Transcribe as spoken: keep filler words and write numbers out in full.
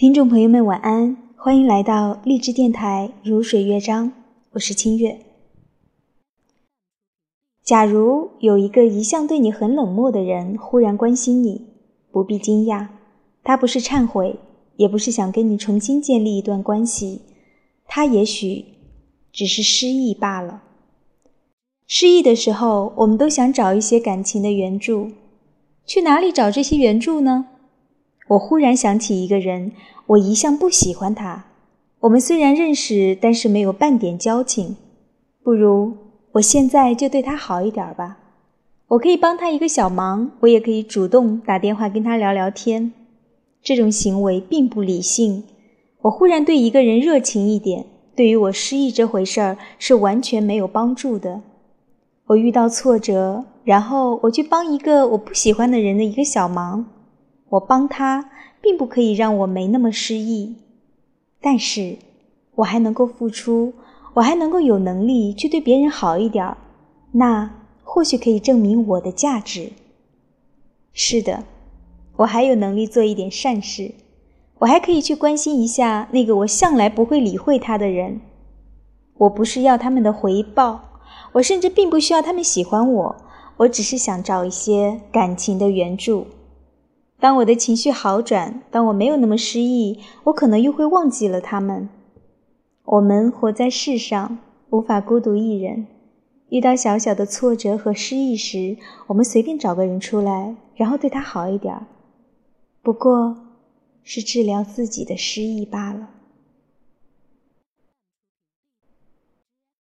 听众朋友们晚安，欢迎来到励志电台如水乐章，我是清月。假如有一个一向对你很冷漠的人忽然关心你，不必惊讶，他不是忏悔，也不是想跟你重新建立一段关系，他也许只是失意罢了。失意的时候，我们都想找一些感情的援助，去哪里找这些援助呢？我忽然想起一个人，我一向不喜欢他，我们虽然认识，但是没有半点交情，不如我现在就对他好一点吧。我可以帮他一个小忙，我也可以主动打电话跟他聊聊天。这种行为并不理性，我忽然对一个人热情一点，对于我失意这回事儿是完全没有帮助的。我遇到挫折，然后我去帮一个我不喜欢的人的一个小忙，我帮他并不可以让我没那么失意，但是我还能够付出，我还能够有能力去对别人好一点，那或许可以证明我的价值。是的，我还有能力做一点善事，我还可以去关心一下那个我向来不会理会他的人。我不是要他们的回报，我甚至并不需要他们喜欢我，我只是想找一些感情的援助。当我的情绪好转，当我没有那么失意，我可能又会忘记了他们。我们活在世上，无法孤独一人。遇到小小的挫折和失意时，我们随便找个人出来，然后对他好一点，不过是治疗自己的失意罢了。